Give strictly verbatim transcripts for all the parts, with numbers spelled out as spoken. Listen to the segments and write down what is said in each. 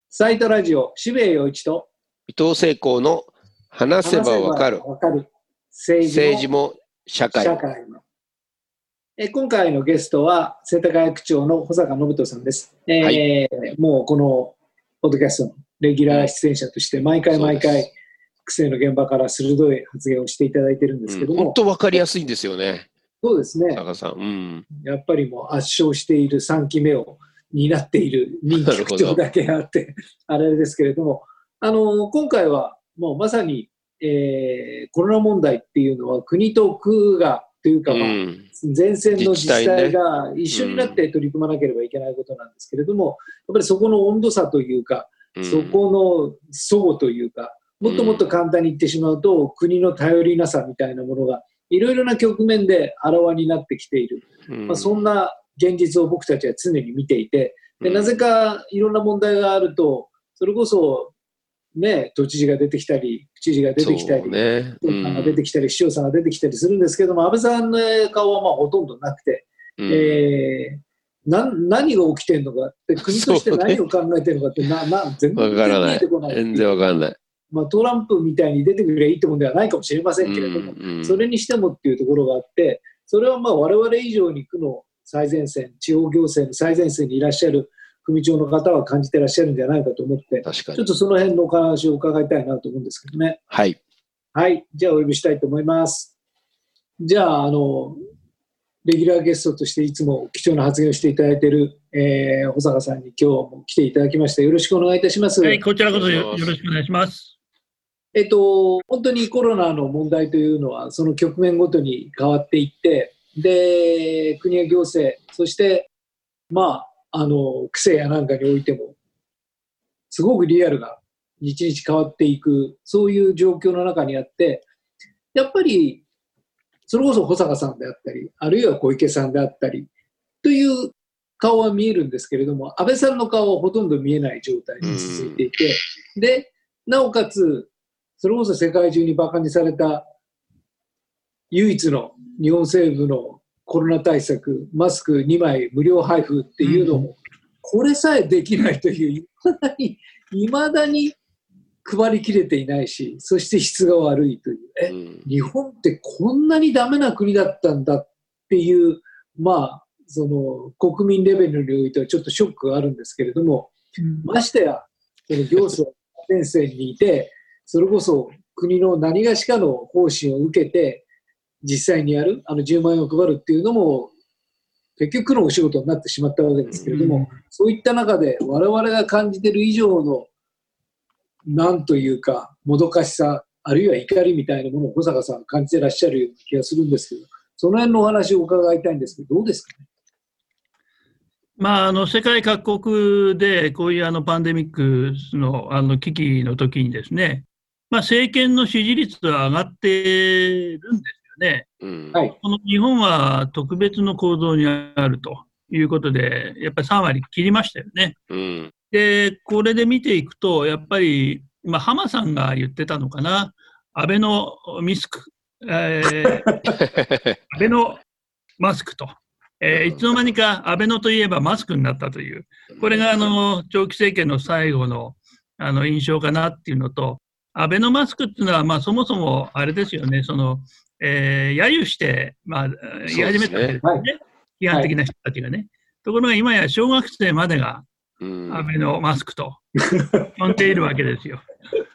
サイトラジオ渋谷陽一と伊藤聖光の話せばわかる政治も政治も社会も。 社会もえ今回のゲストは世田谷区長の保坂信人さんです、えーはい、もうこのポッドキャストのレギュラー出演者として毎回毎回区政の現場から鋭い発言をしていただいてるんですけども、 本当、うん、分かりやすいんですよね。 そうですね、 坂さん、うん、 やっぱりもう圧勝しているさんきめを担っている任期区長だけあってあれですけれども、あの今回はもうまさに、えー、コロナ問題っていうのは国と区がというか、まあうん、前線の自治体が一緒になって取り組まなければいけないことなんですけれども、やっぱりそこの温度差というか、うん、そこの齟齬というか、もっともっと簡単に言ってしまうと、うん、国の頼りなさみたいなものがいろいろな局面であらわになってきている、うんまあ、そんな現実を僕たちは常に見ていて、でなぜかいろんな問題があると、それこそ、ね、都知事が出てきたり、府知事が出てきたり、 ねうん、 が出てきたり、市長さんが出てきたりするんですけども、安倍さんの顔はまあほとんどなくて、うんえー、な何が起きてるのかって、国として何を考えてるのかって、なな全然見えてこない。 全然わからない。 まあ、トランプみたいに出てくればいいってもんではないかもしれませんけれども、うんうん、それにしてもっていうところがあって、それはまあ我々以上に区の最前線、地方行政の最前線にいらっしゃる組長の方は感じてらっしゃるんじゃないかと思って、ちょっとその辺のお話を伺いたいなと思うんですけどね。 はい。 はい、じゃあお呼びしたいと思います。じゃあ、あの、レギュラーゲストとしていつも貴重な発言をしていただいている、えー、保坂さんに今日も来ていただきまして、よろしくお願いいたします。 はい、こちらこそ よ, よろしくお願いします。 えっと、本当にコロナの問題というのはその局面ごとに変わっていって、で国や行政、そしてまああの区政やなんかにおいてもすごくリアルが日々変わっていく、そういう状況の中にあって、やっぱりそれこそ保坂さんであったり、あるいは小池さんであったりという顔は見えるんですけれども、安倍さんの顔はほとんど見えない状態に続いていて、でなおかつそれこそ世界中にバカにされた唯一の日本政府のコロナ対策、マスクにまい無料配布っていうのも、これさえできないという、いまだに、いまだに配りきれていないし、そして質が悪いという、え、日本ってこんなにダメな国だったんだっていう、まあ、その国民レベルにおいてはちょっとショックがあるんですけれども、ましてや、その行政先生にいて、それこそ国の何がしかの方針を受けて実際にやる、あのじゅうまんえんを配るっていうのも結局のお仕事になってしまったわけですけれども、うん、そういった中で我々が感じている以上のなんというかもどかしさ、あるいは怒りみたいなものを保坂さん感じてらっしゃるような気がするんですけど、その辺のお話を伺いたいんですけど、どうですかね。 まあ、あの世界各国でこういうあのパンデミックの、あの危機の時にですね、まあ、政権の支持率は上がってるんですよね。うんはい、この日本は特別の構造にあるということで、やっぱりさんわり切りましたよね。うん、で、これで見ていくと、やっぱり、まあ、浜さんが言ってたのかな、アベノミスク、えー、アベノマスクと。えー、いつの間にかアベノといえばマスクになったという、これがあの長期政権の最後の、あの印象かなっていうのと、アベノマスクっていうのは、まあ、そもそもあれですよね、そのえー、揶揄して、まあ、言い始めたわけですよね、批判的な人たちがね。はい、ところが今や小学生までがアベノマスクと呼んでいるわけですよ。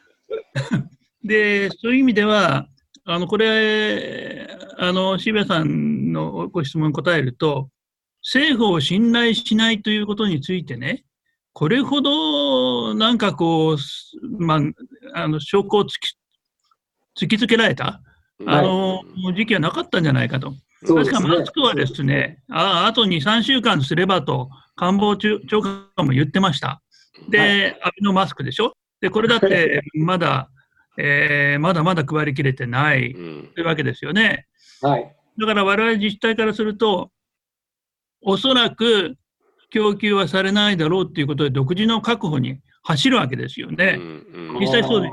で、そういう意味では、あのこれあの渋谷さんのご質問に答えると、政府を信頼しないということについてね、これほどなんかこう、まあ、あの証拠を突き、突きつけられたあの、はい、時期はなかったんじゃないかと。確かマスクはですね、あ, あとに、さんしゅうかんすればと官房長官も言ってました。で、はい、アベノマスクでしょ。で、これだってまだ、えー、まだまだ配りきれてないというわけですよね。はい、だから我々自治体からすると、おそらく供給はされないだろうということで、独自の確保に走るわけですよね。実際そうです。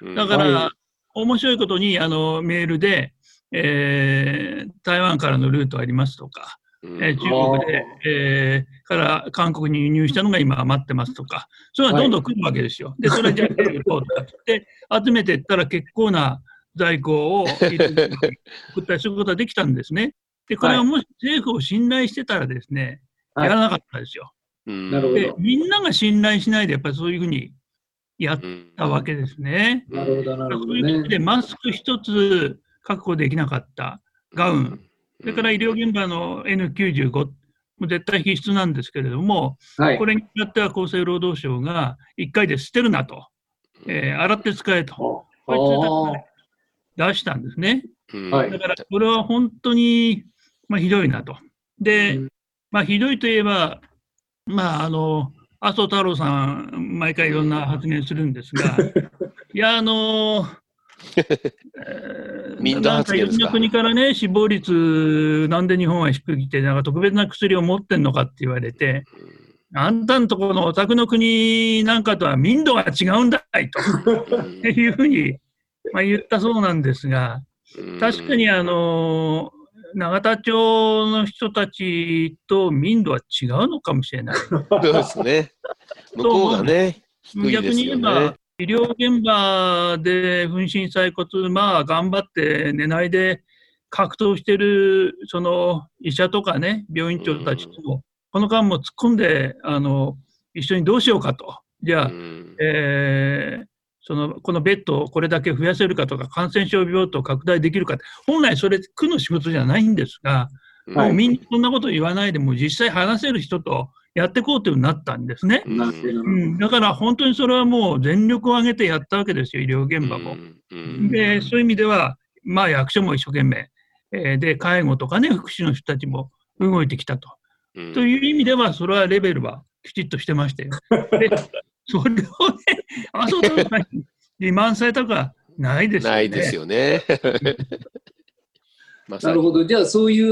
だから、はい、面白いことにあのメールで、えー、台湾からのルートありますとか、 えー、中国で、えー、から韓国に輸入したのが今余ってますとか、それがどんどん来るわけですよ。はい、で、それじゃあ、こうとかって集めていったら結構な在庫を送ったりすることができたんですね。で、これはもし政府を信頼してたらですね、はい、やらなかったですよ。 なるほど。 で、みんなが信頼しないで、やっぱりそういうふうにやったわけですね。 なるほど、なるほど、ね。 そういう意味でマスク一つ確保できなかったガウン、それから医療現場の エヌきゅうじゅうご、も絶対必須なんですけれども、はい、これによっては厚生労働省がいっかいで捨てるなと、えー、洗って使えと、こういう通達を出したんですね。はい、だからこれは本当に、まあ、ひどいなと。で、まあ、ひどいといえば、まあ、あの、麻生太郎さん、毎回いろんな発言するんですが、いや、あの、 民度発言ですか。 なんかいろんな国からね、死亡率、なんで日本は低くて、なんか特別な薬を持ってんのかって言われて、あんたんとこのお宅の国なんかとは民度が違うんだいというふうに、まあ、言ったそうなんですが、確かにあの永田町の人たちと民度は違うのかもしれない。 そうですね。向こうがね、低いですよね。 逆に言えば、医療現場で粉塵砕骨、まあ頑張って寝ないで格闘してるその医者とかね、病院長たちとも、この間も突っ込んであの一緒にどうしようかと。じゃあ、えーそのこのベッドをこれだけ増やせるかとか、感染症病棟を拡大できるか、本来それ、区の仕事じゃないんですが、はい、もうみんなそんなこと言わないで、もう実際話せる人とやっていこうというようになったんですね。うん、だから本当にそれはもう全力を挙げてやったわけですよ、医療現場も。で、そういう意味では、まあ、役所も一生懸命、えー、で、介護とかね、福祉の人たちも動いてきたと。という意味では、それはレベルはきちっとしてましたよ。でそれをね、麻生太郎さんに自慢されたくはないですよね。 ないですよね。 なるほど。じゃあそういう、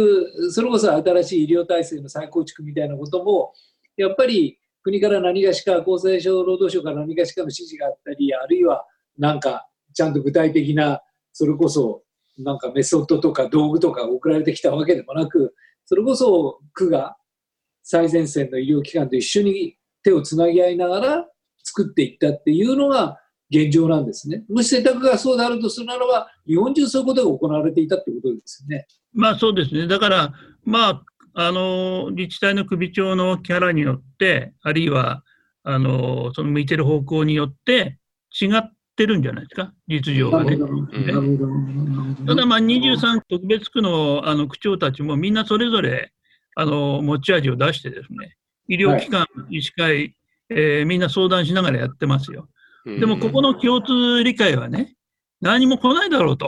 それこそ新しい医療体制の再構築みたいなことも、やっぱり国から何がしか、厚生労働省から何がしかの指示があったり、あるいはなんかちゃんと具体的な、それこそなんかメソッドとか道具とか送られてきたわけでもなく、それこそ区が最前線の医療機関と一緒に手をつなぎ合いながら作っていったっていうのが現状なんですね。もし選択がそうであるとするならば、日本中そういうことが行われていたということですよね。 まあそうですね。だから、まあ、あの自治体の首長のキャラによって、あるいはあのその向いてる方向によって違ってるんじゃないですか、実情がね。ただ、まあ、にじゅうさん特別区の、あの区長たちもみんなそれぞれあの持ち味を出してですね、医療機関、はい、医師会、えー、みんな相談しながらやってますよ。でもここの共通理解はね、何も来ないだろうと。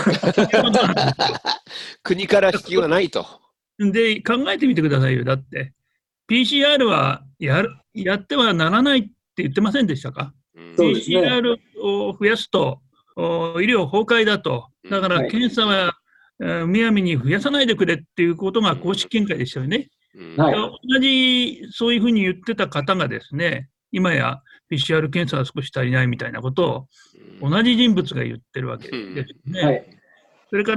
国から引きはないと。 で、考えてみてくださいよ。だって、ピーシーアール はやるやってはならないって言ってませんでしたか？うん、ピーシーアール を増やすと医療崩壊だと。だから検査は、はい、むやみに増やさないでくれっていうことが公式見解でしたよね。はい、同じそういうふうに言ってた方がですね、今や ピーシーアール 検査は少し足りないみたいなことを同じ人物が言ってるわけですね。はい、それから、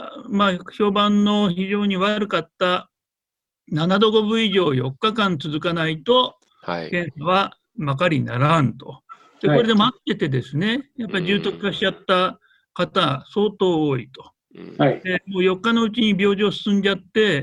まあ、評判の非常に悪かったななどごぶ以上よっかかん続かないと検査はまかりにならんと。でこれで待っててですね、やっぱり重篤化しちゃった方相当多いと。はい、でもうよっかのうちに病状進んじゃって、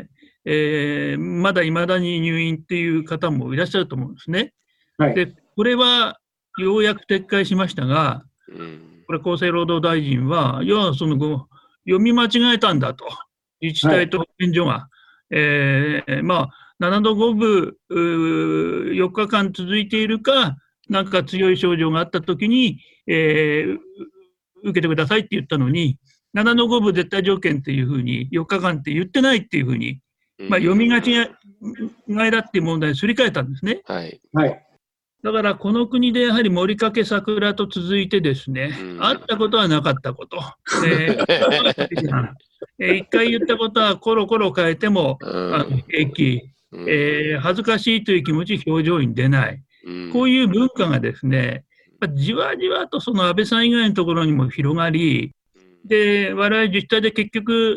えー、まだいまだに入院っていう方もいらっしゃると思うんですね。はい、でこれはようやく撤回しましたが、これ厚生労働大臣は、要はその読み間違えたんだと、自治体と保健所が、はい、えー、まあ、ななどごぶよっかかん続いているか、なんか強い症状があったときに、えー、受けてくださいって言ったのに、ななどごぶ絶対条件っていうふうに、よっかかんって言ってないっていうふうに、まあ、読みがちがいだっていう問題にすり替えたんですね。はい、はいだからこの国でやはり森掛桜と続いてですね、あったことはなかったこと、えーえー、一回言ったことはコロコロ変えてもあの平気、えー、恥ずかしいという気持ち表情に出ない、こういう文化がですね、じわじわとその安倍さん以外のところにも広がり、で我々自治体で結局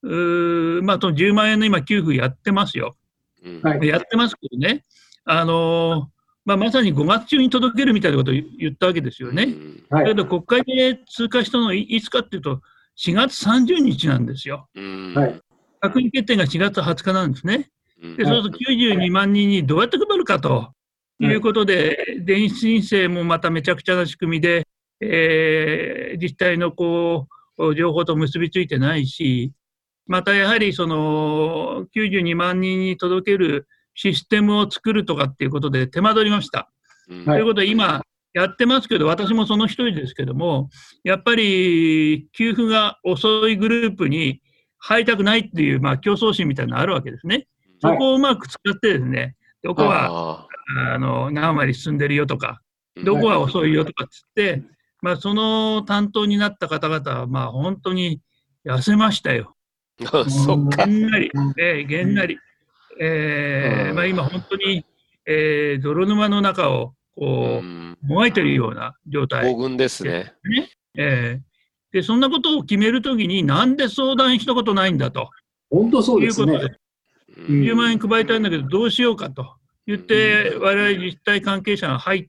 うーまあ、そのじゅうまんえんの今、給付やってますよ。 うんはいやってますけどね、あのーまあ、まさにごがつ中に届けるみたいなことを言ったわけですよね。 うんはいだけど国会で通過したのはいいつかっていうと、しがつさんじゅうにちなんですよ。 うんはい閣議決定がしがつはつかなんですね。 うんで、そうするときゅうじゅうにまんにんにどうやって配るかということで、電子申請もまためちゃくちゃな仕組みで、えー自治体のこう情報と結びついてないし、またやはりそのきゅうじゅうにまんにんに届けるシステムを作るとかっていうことで手間取りました。 うんということで、今やってますけど、私もその一人ですけども、やっぱり給付が遅いグループに入りたくないっていう、まあ、競争心みたいなのがあるわけですね。そこをうまく使ってですね、どこはああの何割進んでるよとか、 ーどこは遅いよとかっつって、まあ、その担当になった方々は、まあ、本当に痩せましたよ。 あそっか。 げんなり、えーげんなり。えーうんまあ、今、本当に、えー泥沼の中をこう、 うんもがいてるような状態大群ですね。 ね。えーで、そんなことを決めるときに、なんで相談したことないんだと本当そうですね。 いうことで、 うんじゅうまんえん配りたいんだけど、どうしようかと言って、我々自治体関係者が入って、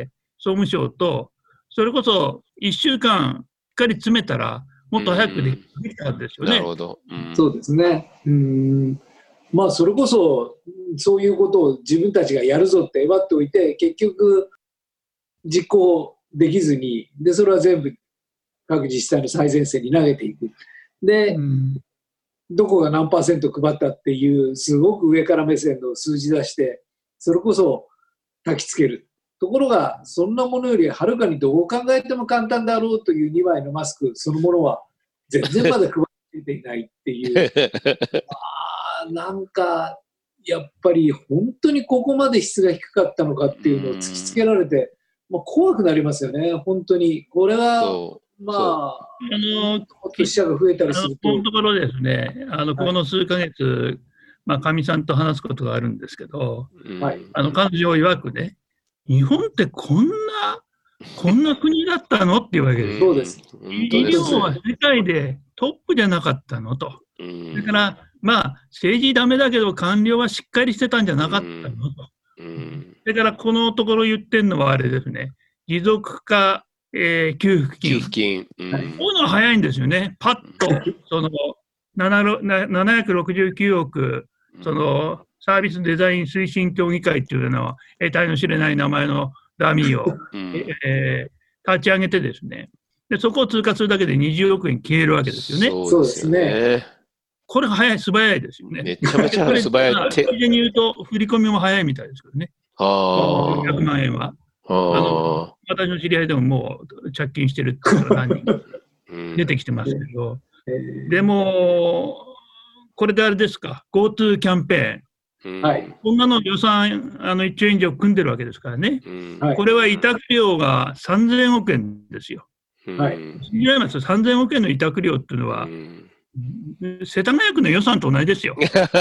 総務省と、それこそいっしゅうかんしっかり詰めたら、もっと早くできたんですよね。 なるほど。うんそうですね。うんまあそれこそそういうことを自分たちがやるぞってえばっておいて結局実行できずにでそれは全部各自治体の最前線に投げていく。で、 うんどこが何パーセント配ったっていうすごく上から目線の数字出してそれこそ焚きつける。ところがそんなものよりはるかにどう考えても簡単だろうというにまいのマスクそのものは全然まだ配られていないっていうあーなんかやっぱり本当にここまで質が低かったのかっていうのを突きつけられて、まあ、怖くなりますよね本当にこれはそまああのほっと死者が増えたりあのするとこのところですね、あのこの数ヶ月、まあ、かみさんと話すことがあるんですけど、 う。うんはいあの彼女曰くね、日本ってこんな、こんな国だったのっていうわけです。 そうです本医当です療はね。 世界でトップじゃなかったのと。 うんだから、まあ、政治ダメだけど官僚はしっかりしてたんじゃなかったのと。 うんだから、このところ言ってるのはあれですね、持続化、えー給付金。 給付金。うんはいこういうのが早いんですよね、パッと、そのななななひゃくろくじゅうきゅうおく、そのサービスデザイン推進協議会っていうのは、得体の知れない名前のダミーを、 うんえー立ち上げてですねで、そこを通過するだけでにじゅうおくえん消えるわけですよね。 そうですよね。 これが早い、素早いですよね。 めちゃめちゃ素早い。 つい手でに言うと、振り込みも早いみたいですけどね、 あひゃくまんえんは。 あ。ああ。 私の知り合いでももう着金してるっていうのが何人かうん出てきてますけど、 えーでも、これであれですか、GoTo キャンペーン、 うんはいこんなの予算あのいっちょうえん以上組んでるわけですからね、 うんはいこれは委託料がさんぜんおくえんですよ。 はいうん信じられますよ、さんぜんおくえんの委託料っていうのはう、ん世田谷区の予算と同じですよ。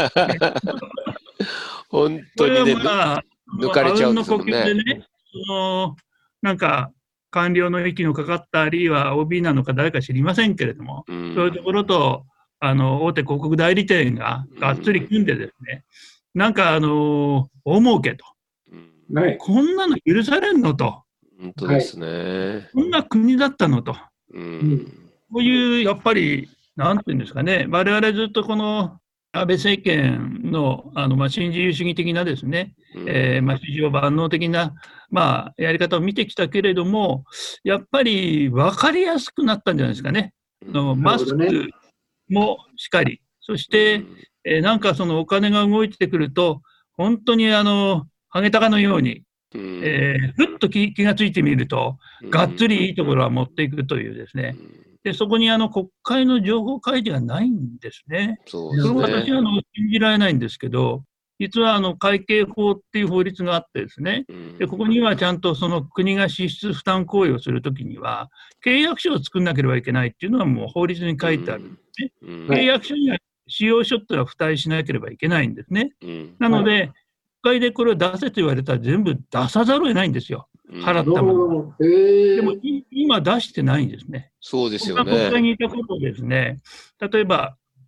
本これは当にね、 まあ、 抜かれちゃうんですもんねあうんの呼吸でね、そのなんか官僚の息のかかった、あるいは オービー なのか誰か知りませんけれども、 うんそういうところとあの大手広告代理店ががっつり組んでですね、なんかあの大儲けと、 うんはいこんなの許されんのと、 本当ですね。 こんな国だったのと、 うんこういうやっぱり、なんていうんですかね、我々ずっとこの安倍政権のあの、まあ、新自由主義的なですね、えーまあ、市場万能的な、まあ、やり方を見てきたけれども、やっぱり分かりやすくなったんじゃないですかね。あのマスクもしかり、そして、えーなんかそのお金が動いてくると、本当にあの、ハゲタカのように、 うんえーふっと気気がついてみると、がっつりいいところは持っていくというですね、でそこにあの国会の情報開示がないんですね。 そうそれもですね。 私はあの信じられないんですけど、実はあの会計法っていう法律があってですね、でここにはちゃんとその国が支出負担行為をするときには、契約書を作らなければいけないっていうのはもう法律に書いてあるんですね。 うん契約書には使用書っていうのは付帯しなければいけないんですね。 うんなので、国会でこれを出せと言われたら全部出さざるを得ないんですよ。払なるほったもの。 ど。えでもー、 い今出してないんですね。 そうですよ僕が国会ね。 にいたことですね、例えば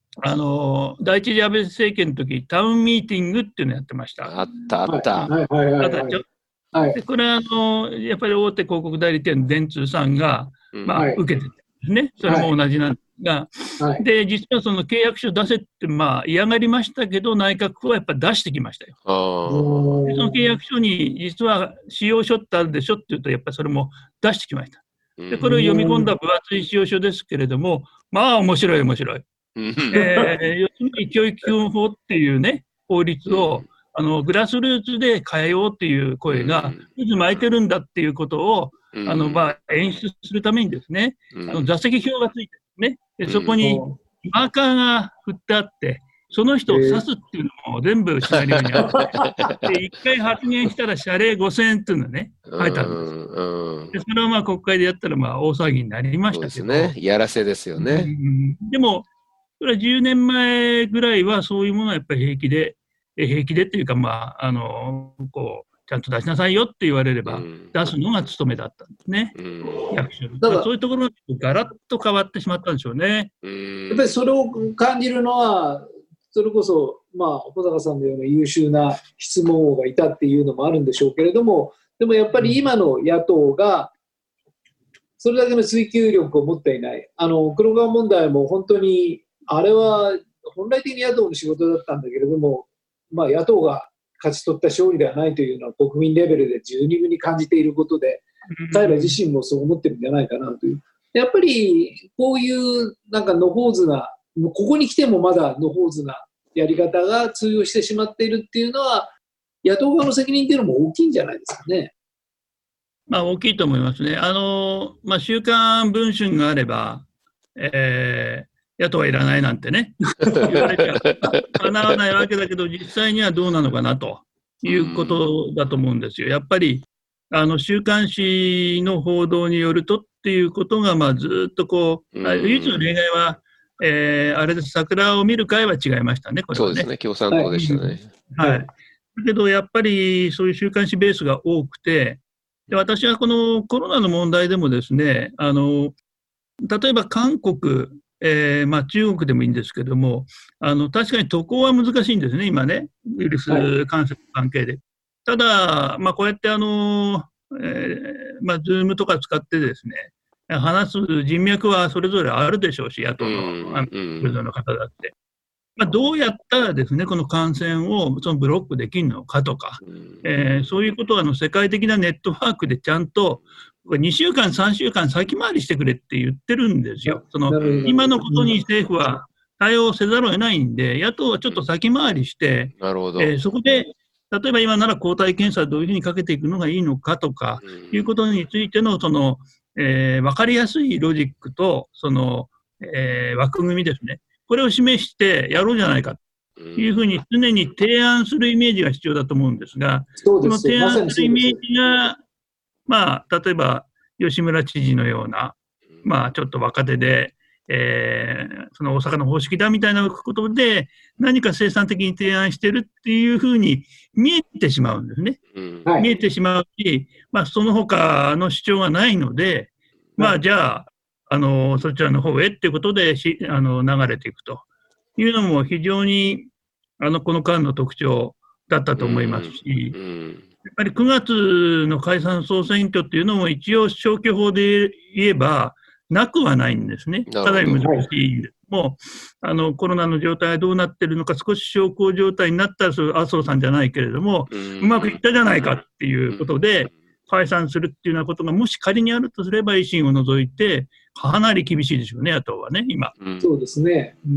あの第一次安倍政権の時タウンミーティングっていうのをやってました。 あったあった。 はいはいはいはい。はい、 でこれはあのやっぱり大手広告代理店の電通さんが、まあ、はい、受けてたんですね。それも同じなんですが、はい、で実はその契約書出せって、まあ、嫌がりましたけど内閣府はやっぱり出してきましたよ。でその契約書に実は使用書ってあるでしょって言うとやっぱりそれも出してきました。でこれを読み込んだ分厚い使用書ですけれども、まあ面白い面白い。えー、要するに教育基本法っていうね法律をあのグラスルーツで変えようっていう声が渦巻いてるんだっていうことを、うん、あのまあ、演出するためにですね、うん、あの座席表がついてるね、でそこにマーカーが振ってあって、その人を指すっていうのも全部シナリオにあって、でいっかい発言したら謝礼ごせんえんっていうのがね、書いてあるんですよ。でそれをまあ国会でやったらまあ大騒ぎになりましたけど、 そうですね、やらせですよね。 うん、でも、それはじゅうねんまえぐらいはそういうものはやっぱり平気で、平気でっていうか、まあ、あのこうちゃんと出しなさいよって言われれば、出すのが務めだったんですね、うん、役所だからそういうところがガラッと変わってしまったんでしょうね。 うん、やっぱりそれを感じるのは、それこそ、まあ、小坂さんのような優秀な質問王がいたっていうのもあるんでしょうけれども、でもやっぱり今の野党が、それだけの追及力を持っていない、あの黒川問題も本当に、あれは本来的に野党の仕事だったんだけれども、まあ、野党が勝ち取った勝利ではないというのは国民レベルで十二分に感じていることで、彼ら自身もそう思ってるんじゃないかなという。やっぱりこういうなんか野放図な、ここに来てもまだ野放図なやり方が通用してしまっているっていうのは、野党側の責任っていうのも大きいんじゃないですかね。 まあ、大きいと思いますね。あの、まあ、週刊文春があれば、えー野党はいらないなんてね、言われちゃかなわないわけだけど、実際にはどうなのかなということだと思うんですよ。やっぱりあの週刊誌の報道によるとっていうことが、まあ、ずっとこう、唯一の例外は、えー、あれです、桜を見る会は違いましたね、これはね。 そうですね、共産党でしたね。 はい、はい、だけど、やっぱりそういう週刊誌ベースが多くて、で私はこのコロナの問題でもですね、あの例えば韓国、えーまあ、中国でもいいんですけども、あの確かに渡航は難しいんですね、今ね、ウイルス感染の関係で。はい、ただ、まあ、こうやってあの、えーまあ、ズームとか使ってですね、話す人脈はそれぞれあるでしょうし、野党のそれぞれの方だって。まあ、どうやったらですね、この感染をそのブロックできるのかとか、えー、そういうことはあの世界的なネットワークでちゃんとにしゅうかん、さんしゅうかん先回りしてくれって言ってるんですよ。その今のことに政府は対応せざるを得ないんで、野党はちょっと先回りして、 なるほど、 えー、そこで例えば今なら抗体検査どういうふうにかけていくのがいいのかとかいうことについてのその、えー、分かりやすいロジックとその、えー、枠組みですね。これを示してやろうじゃないかというふうに常に提案するイメージが必要だと思うんですが、その提案するイメージが、まあ、例えば吉村知事のような、まあ、ちょっと若手で、えー、その大阪の方式だみたいなことで何か生産的に提案してるっていうふうに見えてしまうんですね。はい、見えてしまうし、まあ、その他の主張がないので、まあ、じゃあ、あのそちらの方へっていうことでしあの流れていくというのも非常にあのこの間の特徴だったと思いますし、うんうん、やっぱりくがつの解散総選挙っていうのも一応消去法で言えばなくはないんですね。かなり難しいんです。もうあのコロナの状態がどうなってるのか少し小康状態になったらそれ麻生さんじゃないけれども、うん、うまくいったじゃないかっていうことで解散するっていうようなことがもし仮にあるとすれば維新を除いてかなり厳しいでしょうね、野党はね、今。 うん、そうですね、うん。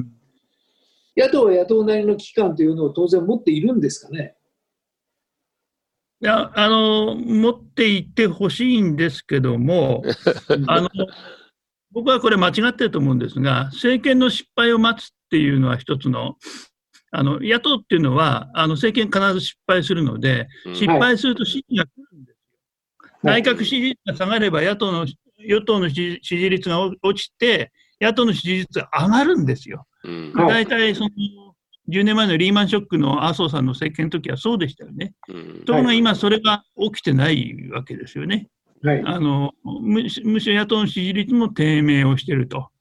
野党は野党なりの危機感というのを当然持っているんですかね。 いや、あの、持っていてほしいんですけども、あの僕はこれ間違ってると思うんですが、政権の失敗を待つっていうのは一つの、あの野党っていうのは、あの政権必ず失敗するので、失敗すると支持が来るんですよ。はい、内閣支持率が下がれば野党の、与党の支持率が落ちて、野党の支持率が上がるんですよ。大体、そのじゅうねんまえのリーマンショックの麻生さんの政権の時はそうでしたよね。ところが今、それが起きてないわけですよね。はい、あの む, むしろ野党の支持率も低迷をしていると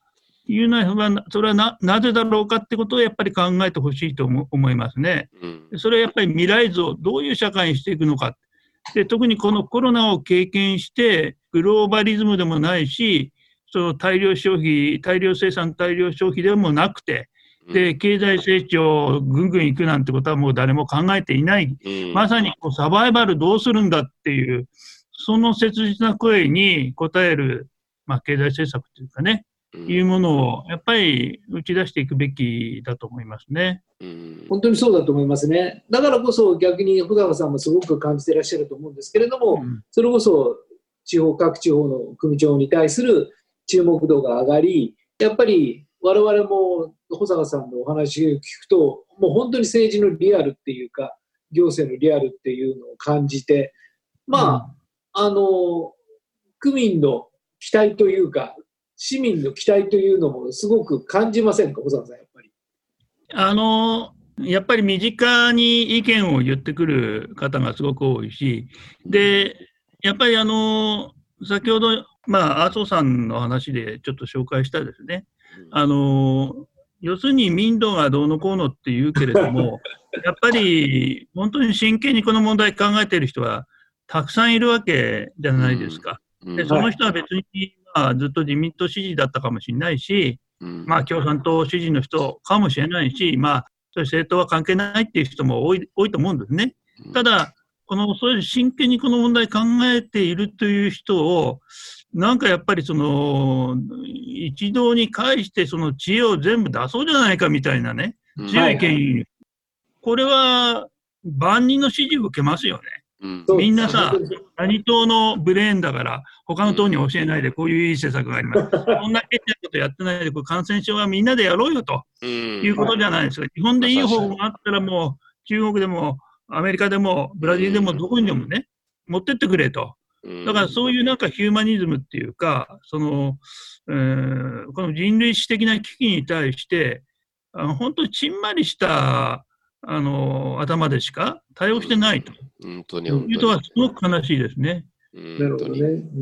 いうのは、それは な, なぜだろうかってことをやっぱり考えてほしいと思思いますね。それはやっぱり未来像、どういう社会にしていくのか。で特にこのコロナを経験して、グローバリズムでもないし、その大量消費、大量生産、大量消費でもなくて、で経済成長、ぐんぐんいくなんてことはもう誰も考えていない、まさにこうサバイバルどうするんだっていう、その切実な声に応える、まあ、経済政策というかね、いうものをやっぱり打ち出していくべきだと思いますね。 本当にそうだと思いますね。だからこそ逆に穂高さんもすごく感じていらっしゃると思うんですけれども、うん、それこそ地方各地方の首長に対する注目度が上がり、やっぱり我々も穂高さんのお話を聞くと、もう本当に政治のリアルっていうか行政のリアルっていうのを感じて、まあ、うん、あの区民の期待というか市民の期待というのもすごく感じませんか、穂高さん。やっぱりあのやっぱり身近に意見を言ってくる方がすごく多いし、でやっぱりあの先ほど、まあ、麻生さんの話でちょっと紹介したですね、あの要するに民度がどうのこうのって言うけれどもやっぱり本当に真剣にこの問題考えている人はたくさんいるわけじゃないですか。でその人は別に、まあ、ずっと自民党支持だったかもしれないし、まあ、共産党支持の人かもしれないし、まあ、そういう政党は関係ないっていう人も多い、多いと思うんですね。ただこのそういう真剣にこの問題考えているという人をなんかやっぱりその一堂に会してその知恵を全部出そうじゃないかみたいなね、強い権威、うん、これは万人の支持を受けますよね。うん、みんなさ、何党のブレーンだから他の党に教えないでこういういい政策があります、うん、こんな変なことやってないでこれ感染症はみんなでやろうよということじゃないですか。日本でいい方法があったらもう中国でもアメリカでもブラジルでもどこにでもね、うん、持ってってくれと。だからそういうなんかヒューマニズムっていうか、その、えー、この人類史的な危機に対してあの本当にちんまりしたあの頭でしか対応してないと、うん、本当に本当にいうのはすごく悲しいですね。 なるほどね。うん、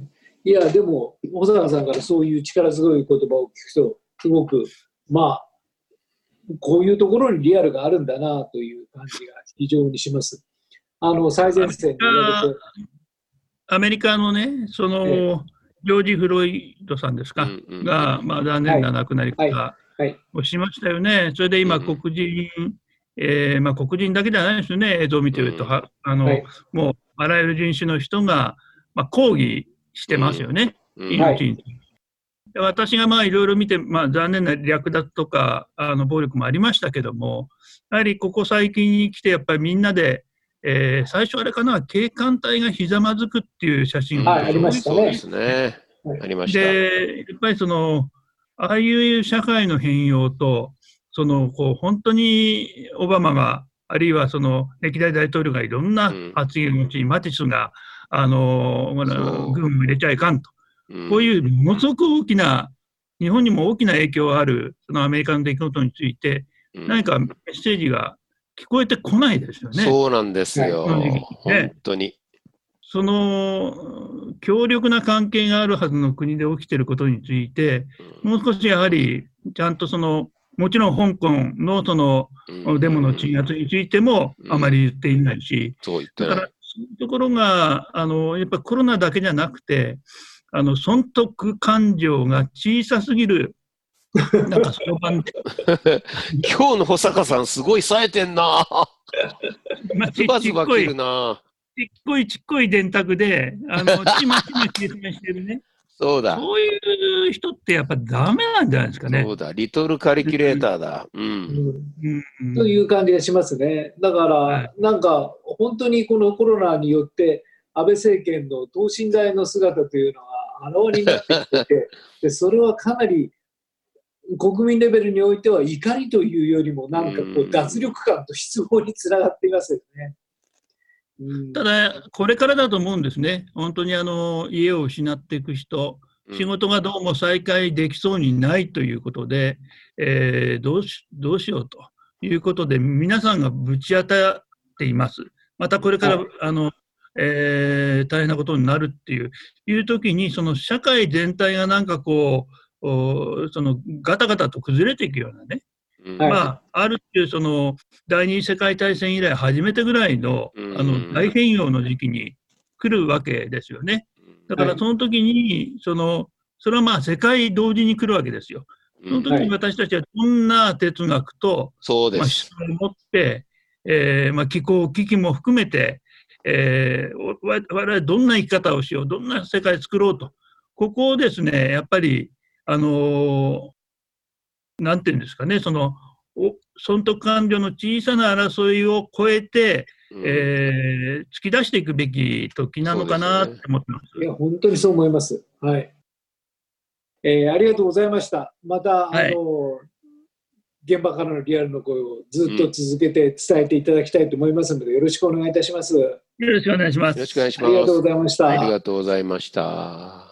いやでも穂高さんからそういう力強い言葉を聞くとすごくまあこういうところにリアルがあるんだなという感じが非常にします。あの最前線に言われてアメリカのね、その、ええ、ジョージ・フロイドさんですか、うんうん、が、まあ、残念な亡くなり方をしましたよね。はいはい、それで今、黒人、うんえーまあ、黒人だけじゃないですよね、映像を見てると、うん、あのはい、もうあらゆる人種の人が、まあ、抗議してますよね、うん、命に。はい、私がまあいろいろ見て、まあ、残念な略奪とかあの暴力もありましたけども、やはりここ最近に来て、やっぱりみんなで、えー、最初あれかな、警官隊がひざまずくっていう写真が、はい、ありましたね。 そうですね。ありました。 で、やっぱりその、ああいう社会の変容と、その、こう、本当にオバマが、あるいはその、歴代大統領がいろんな発言をし、うん、マティスが、あの、軍を入れちゃいかんと。うん、こういうものすごく大きな、日本にも大きな影響がある、そのアメリカの出来事について、うん、何かメッセージが聞こえてこないですよね。 そうなんですよ。ね、本当に。 その強力な関係があるはずの国で起きていることについて、もう少しやはりちゃんとそのもちろん香港のそのデモの鎮圧についてもあまり言っていないし、だからそういうところがあのやっぱりコロナだけじゃなくて、あの損得感情が小さすぎる。なんかその番で今日の保坂さんすごい冴えてんな。 まあ、 ズバズバ切るな。 ちっこいちっこい電卓であのちまちま説明してるね。 そうだ。 そういう人ってやっぱダメなんじゃないですかね。 そうだ。リトルカリキュレーターだ。うん。 うんうん、という感じがしますね。だから、はい、なんか本当にこのコロナによって安倍政権の等身大の姿というのがあらわになってきててでそれはかなり国民レベルにおいては怒りというよりもなんかこう脱力感と失望につながっていますよね。 うん、ただこれからだと思うんですね。本当にあの家を失っていく人、仕事がどうも再開できそうにないということで、えー、どうし、どうしようということで皆さんがぶち当たっています。またこれから、はい、あのえー、大変なことになるっていういう時にその社会全体がなんかこうおそのガタガタと崩れていくようなね、 うんはいまあ、ある種その第二次世界大戦以来初めてぐらいの、 うんあの大変容の時期に来るわけですよね。だからその時にそのそれはまあ世界同時に来るわけですよ。その時に私たちはどんな哲学と、まあ、 そうです。 思想を持って、えーまあ、気候危機も含めて、えー、我我々どんな生き方をしよう、どんな世界を作ろうと、ここをですね、やっぱり、あのーなんていうんですかね、そのお損得感情の小さな争いを超えて、 うんえー突き出していくべき時なのかなって思ってます。 いや、本当にそう思います。はい。えーありがとうございました。また、 はいあの、現場からのリアルの声をずっと続けて伝えていただきたいと思いますので、よろしくお願いいたします。 よろしくお願いします。 よろしくお願いしありがとうます。 ございました。 ありがとうございました。